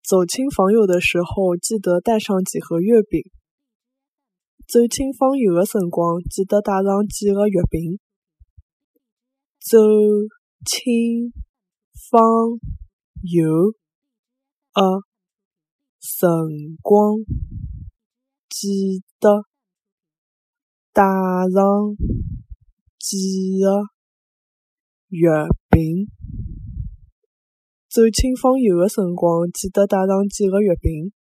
走亲访友的时候，记得带上几盒月饼。走亲访友的辰光，记得带上几个月饼。走亲访友的辰光，记得带上几个月饼。走亲访友的辰光，记得带上几个月饼。